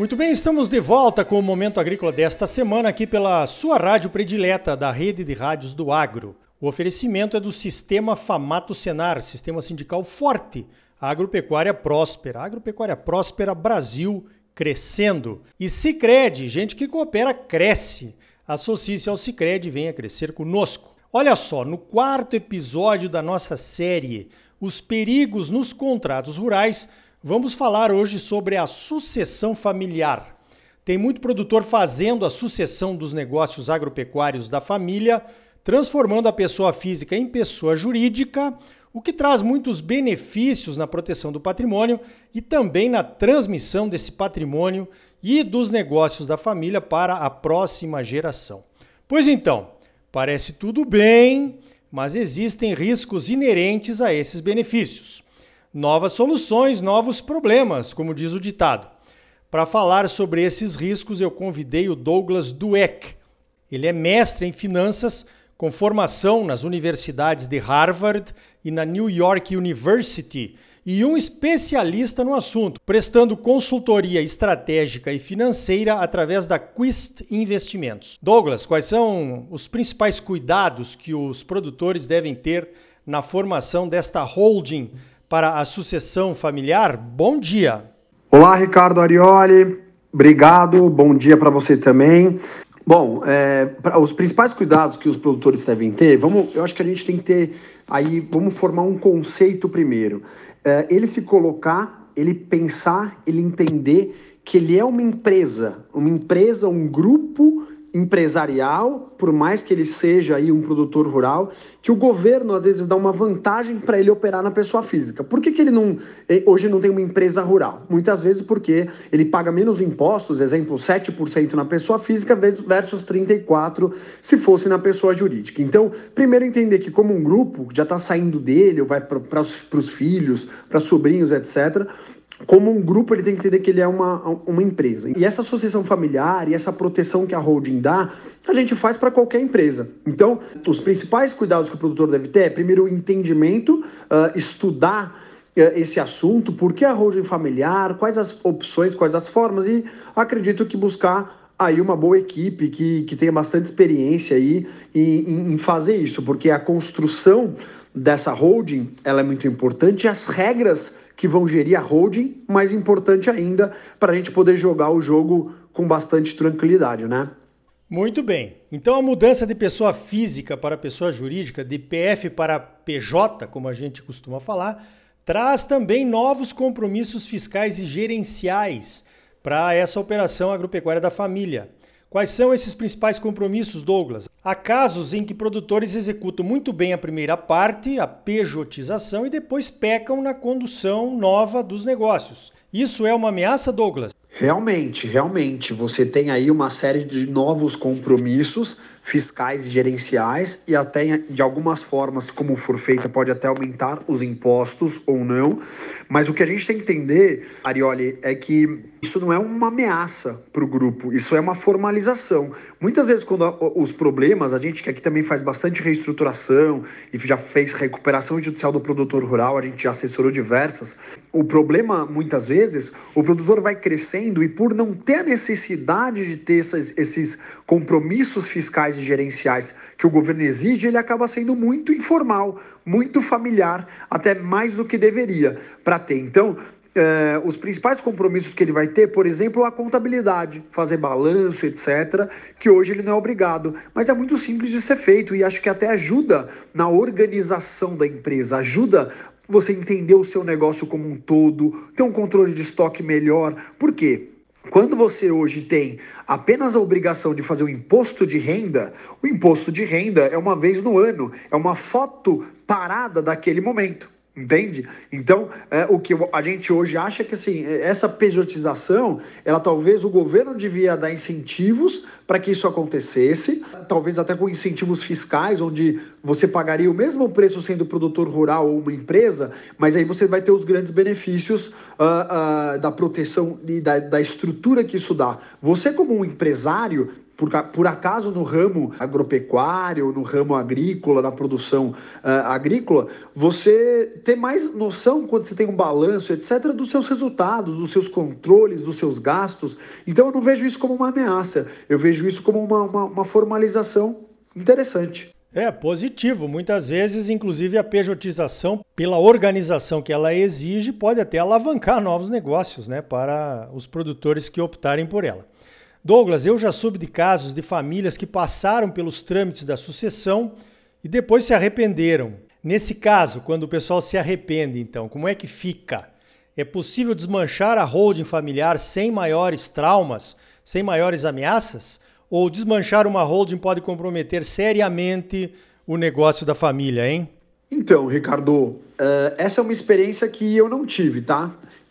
Muito bem, estamos de volta com o Momento Agrícola desta semana aqui pela sua rádio predileta da Rede de Rádios do Agro. O oferecimento é do Sistema Famato Senar, Sistema Sindical Forte, Agropecuária Próspera. Agropecuária Próspera, Brasil crescendo. E Sicredi, gente que coopera, cresce. Associe-se ao Sicredi e venha crescer conosco. Olha só, no quarto episódio da nossa série Os Perigos nos Contratos Rurais, vamos falar hoje sobre a sucessão familiar. Tem muito produtor fazendo a sucessão dos negócios agropecuários da família, transformando a pessoa física em pessoa jurídica, o que traz muitos benefícios na proteção do patrimônio e também na transmissão desse patrimônio e dos negócios da família para a próxima geração. Pois então, parece tudo bem, mas existem riscos inerentes a esses benefícios. Novas soluções, novos problemas, como diz o ditado. Para falar sobre esses riscos, eu convidei o Douglas Dweck. Ele é mestre em finanças, com formação nas universidades de Harvard e na New York University, e um especialista no assunto, prestando consultoria estratégica e financeira através da Quist Investimentos. Douglas, quais são os principais cuidados que os produtores devem ter na formação desta holding para a sucessão familiar? Bom dia. Olá, Ricardo Arioli. Obrigado. Bom dia para você também. Bom, os principais cuidados que os produtores devem ter, eu acho que a gente tem que ter aí, vamos formar um conceito primeiro. Ele se colocar, ele pensar, ele entender que ele é uma empresa, um grupo empresarial, por mais que ele seja aí um produtor rural, que o governo às vezes dá uma vantagem para ele operar na pessoa física. Por que ele hoje não tem uma empresa rural? Muitas vezes porque ele paga menos impostos, exemplo, 7% na pessoa física versus 34% se fosse na pessoa jurídica. Então, primeiro entender que como um grupo já está saindo dele, ou vai para os filhos, para sobrinhos, etc., como um grupo, ele tem que entender que ele é uma empresa. E essa associação familiar e essa proteção que a holding dá, a gente faz para qualquer empresa. Então, os principais cuidados que o produtor deve ter é, primeiro, o entendimento, estudar esse assunto, por que a holding familiar, quais as opções, quais as formas, e acredito que buscar aí uma boa equipe que tenha bastante experiência aí em fazer isso, porque a construção dessa holding, ela é muito importante, e as regras que vão gerir a holding, mais importante ainda, para a gente poder jogar o jogo com bastante tranquilidade, né? Muito bem. Então a mudança de pessoa física para pessoa jurídica, de PF para PJ, como a gente costuma falar, traz também novos compromissos fiscais e gerenciais para essa operação agropecuária da família. Quais são esses principais compromissos, Douglas? Há casos em que produtores executam muito bem a primeira parte, a pejotização, e depois pecam na condução nova dos negócios. Isso é uma ameaça, Douglas? Realmente, você tem aí uma série de novos compromissos fiscais e gerenciais, e até de algumas formas, como for feita, pode até aumentar os impostos ou não, mas o que a gente tem que entender, Arioli, é que isso não é uma ameaça para o grupo, isso é uma formalização. Muitas vezes, quando os problemas, a gente que aqui também faz bastante reestruturação e já fez recuperação judicial do produtor rural, a gente já assessorou diversas, o problema, muitas vezes, o produtor vai crescendo e por não ter a necessidade de ter esses compromissos fiscais e gerenciais que o governo exige, ele acaba sendo muito informal, muito familiar, até mais do que deveria para ter. Então, os principais compromissos que ele vai ter, por exemplo, a contabilidade, fazer balanço, etc., que hoje ele não é obrigado, mas é muito simples de ser feito e acho que até ajuda na organização da empresa, ajuda você entender o seu negócio como um todo, ter um controle de estoque melhor. Por quê? Quando você hoje tem apenas a obrigação de fazer o imposto de renda é uma vez no ano, é uma foto parada daquele momento. Entende? Então, o que a gente hoje acha é que assim, essa pejotização, ela talvez o governo devia dar incentivos para que isso acontecesse, talvez até com incentivos fiscais, onde você pagaria o mesmo preço sendo produtor rural ou uma empresa, mas aí você vai ter os grandes benefícios da proteção e da estrutura que isso dá. Você como um empresário, por acaso no ramo agropecuário, no ramo agrícola, na produção agrícola, você ter mais noção quando você tem um balanço, etc., dos seus resultados, dos seus controles, dos seus gastos. Então eu não vejo isso como uma ameaça, eu vejo isso como uma formalização interessante. É positivo. Muitas vezes, inclusive, a pejotização, pela organização que ela exige, pode até alavancar novos negócios, né, para os produtores que optarem por ela. Douglas, eu já soube de casos de famílias que passaram pelos trâmites da sucessão e depois se arrependeram. Nesse caso, quando o pessoal se arrepende, então, como é que fica? É possível desmanchar a holding familiar sem maiores traumas, sem maiores ameaças? Ou desmanchar uma holding pode comprometer seriamente o negócio da família, hein? Então, Ricardo, essa é uma experiência que eu não tive, tá?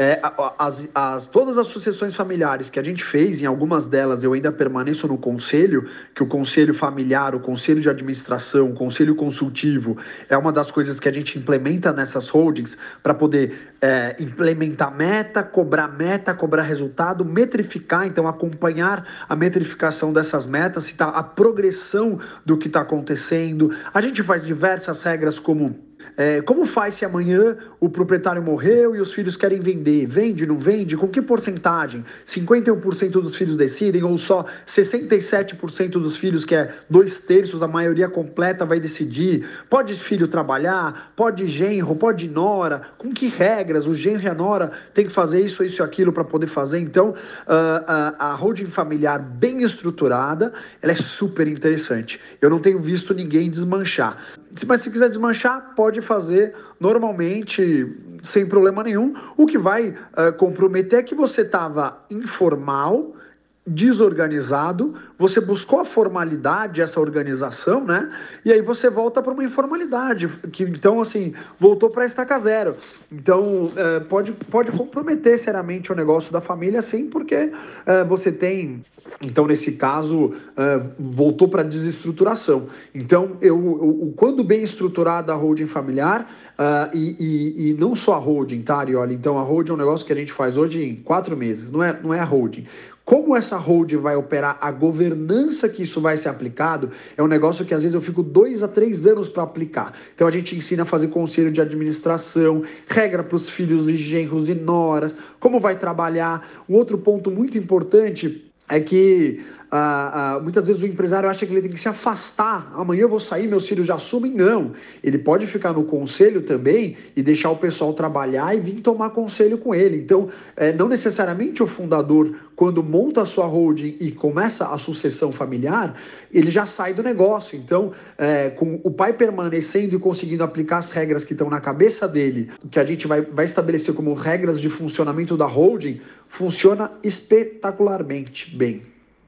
Todas as sucessões familiares que a gente fez, em algumas delas eu ainda permaneço no conselho, que o conselho familiar, o conselho de administração, o conselho consultivo, é uma das coisas que a gente implementa nessas holdings para poder implementar meta, cobrar resultado, metrificar, então acompanhar a metrificação dessas metas, se tá a progressão do que está acontecendo. A gente faz diversas regras como faz se amanhã o proprietário morreu e os filhos querem vender? Vende, não vende? Com que porcentagem? 51% dos filhos decidem ou só 67% dos filhos, que é 2/3 da maioria completa, vai decidir? Pode filho trabalhar? Pode genro? Pode nora? Com que regras? O genro e a nora tem que fazer isso e aquilo para poder fazer. Então, a holding familiar bem estruturada, ela é super interessante. Eu não tenho visto ninguém desmanchar. Mas se quiser desmanchar, pode fazer normalmente, sem problema nenhum. O que vai comprometer é que você estava informal, desorganizado, você buscou a formalidade, essa organização, né? E aí você volta para uma informalidade, que então, assim, voltou para a estaca zero. Então, pode comprometer seriamente o negócio da família, sim, porque você tem, então, nesse caso, voltou para a desestruturação. Então, quando bem estruturada a holding familiar, e não só a holding, tá, Arioli? Então, a holding é um negócio que a gente faz hoje em 4 meses, não é a holding. Como essa holding vai operar, a governança que isso vai ser aplicado, é um negócio que às vezes eu fico 2 a 3 anos para aplicar. Então a gente ensina a fazer conselho de administração, regra para os filhos e genros e noras, como vai trabalhar. Um outro ponto muito importante é que muitas vezes o empresário acha que ele tem que se afastar. Amanhã eu vou sair, meus filhos já assumem. Não. Ele pode ficar no conselho também e deixar o pessoal trabalhar e vir tomar conselho com ele. Então, não necessariamente o fundador, quando monta a sua holding e começa a sucessão familiar, ele já sai do negócio. Então, com o pai permanecendo e conseguindo aplicar as regras que estão na cabeça dele, que a gente vai estabelecer como regras de funcionamento da holding, funciona espetacularmente bem.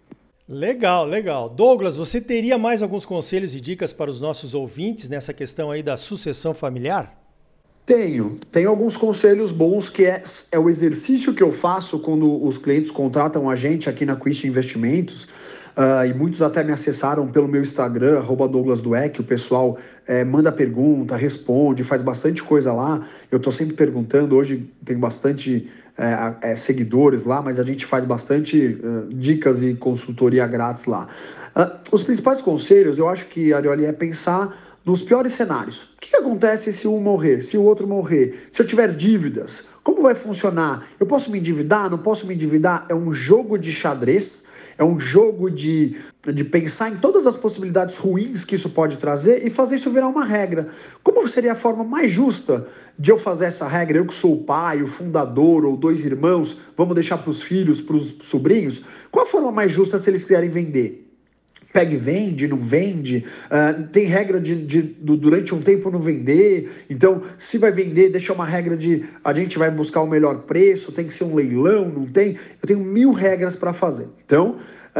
Legal, legal. Douglas, você teria mais alguns conselhos e dicas para os nossos ouvintes nessa questão aí da sucessão familiar? Tenho alguns conselhos bons, que é o exercício que eu faço quando os clientes contratam a gente aqui na Quist Investimentos, e muitos até me acessaram pelo meu Instagram, @DouglasDueck, o pessoal manda pergunta, responde, faz bastante coisa lá. Eu estou sempre perguntando, hoje tem bastante seguidores lá, mas a gente faz bastante dicas e consultoria grátis lá. Os principais conselhos, eu acho que, Arioli, é pensar nos piores cenários. O que acontece se um morrer, se o outro morrer, se eu tiver dívidas? Como vai funcionar? Eu posso me endividar? Não posso me endividar? É um jogo de xadrez, é um jogo de pensar em todas as possibilidades ruins que isso pode trazer e fazer isso virar uma regra. Como seria a forma mais justa de eu fazer essa regra? Eu que sou o pai, o fundador, ou 2 irmãos, vamos deixar para os filhos, para os sobrinhos? Qual a forma mais justa se eles quiserem vender? Pega e vende, não vende, tem regra durante um tempo não vender. Então, se vai vender, deixa uma regra de a gente vai buscar o melhor preço, tem que ser um leilão, não tem? Eu tenho 1000 regras para fazer. Então,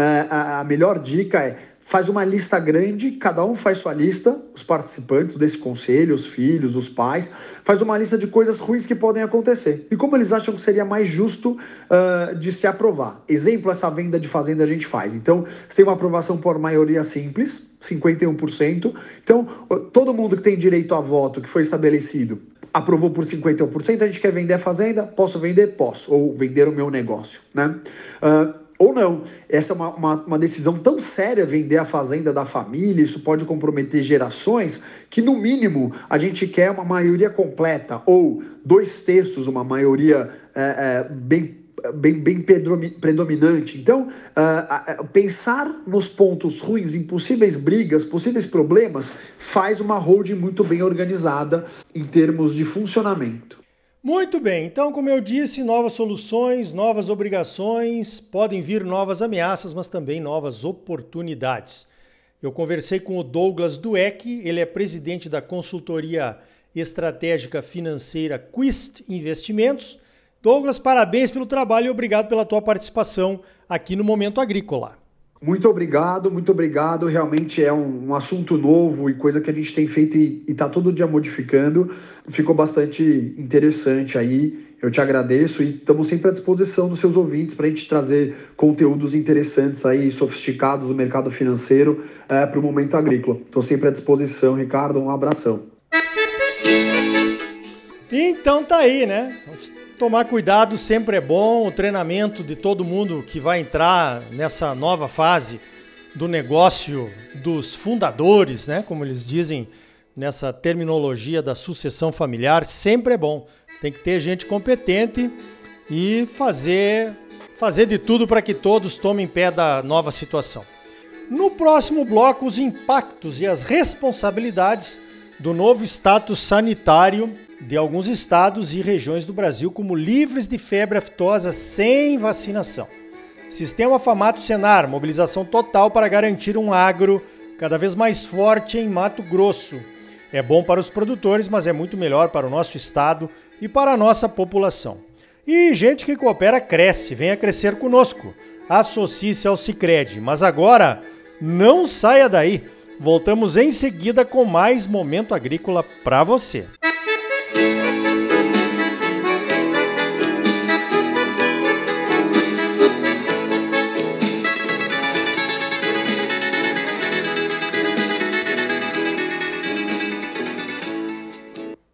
a melhor dica é: faz uma lista grande, cada um faz sua lista, os participantes desse conselho, os filhos, os pais, faz uma lista de coisas ruins que podem acontecer. E como eles acham que seria mais justo de se aprovar. Exemplo, essa venda de fazenda a gente faz. Então, você tem uma aprovação por maioria simples, 51%. Então, todo mundo que tem direito a voto, que foi estabelecido, aprovou por 51%, a gente quer vender a fazenda? Posso vender? Posso. Ou vender o meu negócio, né? ou não. Essa é uma decisão tão séria, vender a fazenda da família, isso pode comprometer gerações, que no mínimo a gente quer uma maioria completa, ou 2/3, uma maioria bem predominante. Então, pensar nos pontos ruins, em possíveis brigas, possíveis problemas, faz uma holding muito bem organizada em termos de funcionamento. Muito bem, então como eu disse, novas soluções, novas obrigações, podem vir novas ameaças, mas também novas oportunidades. Eu conversei com o Douglas Dweck, ele é presidente da consultoria estratégica financeira Quist Investimentos. Douglas, parabéns pelo trabalho e obrigado pela tua participação aqui no Momento Agrícola. Muito obrigado. Realmente é um assunto novo e coisa que a gente tem feito e está todo dia modificando. Ficou bastante interessante aí. Eu te agradeço e estamos sempre à disposição dos seus ouvintes para a gente trazer conteúdos interessantes aí, sofisticados do mercado financeiro para o Momento Agrícola. Estou sempre à disposição, Ricardo. Um abração. Então tá aí, né? Tomar cuidado sempre é bom, o treinamento de todo mundo que vai entrar nessa nova fase do negócio dos fundadores, né? Como eles dizem nessa terminologia da sucessão familiar, sempre é bom. Tem que ter gente competente e fazer de tudo para que todos tomem pé da nova situação. No próximo bloco, os impactos e as responsabilidades do novo status sanitário de alguns estados e regiões do Brasil como livres de febre aftosa sem vacinação. Sistema Famato Senar, mobilização total para garantir um agro cada vez mais forte em Mato Grosso. É bom para os produtores, mas é muito melhor para o nosso estado e para a nossa população. E gente que coopera cresce, venha crescer conosco. Associe-se ao Sicredi. Mas agora, não saia daí. Voltamos em seguida com mais Momento Agrícola para você.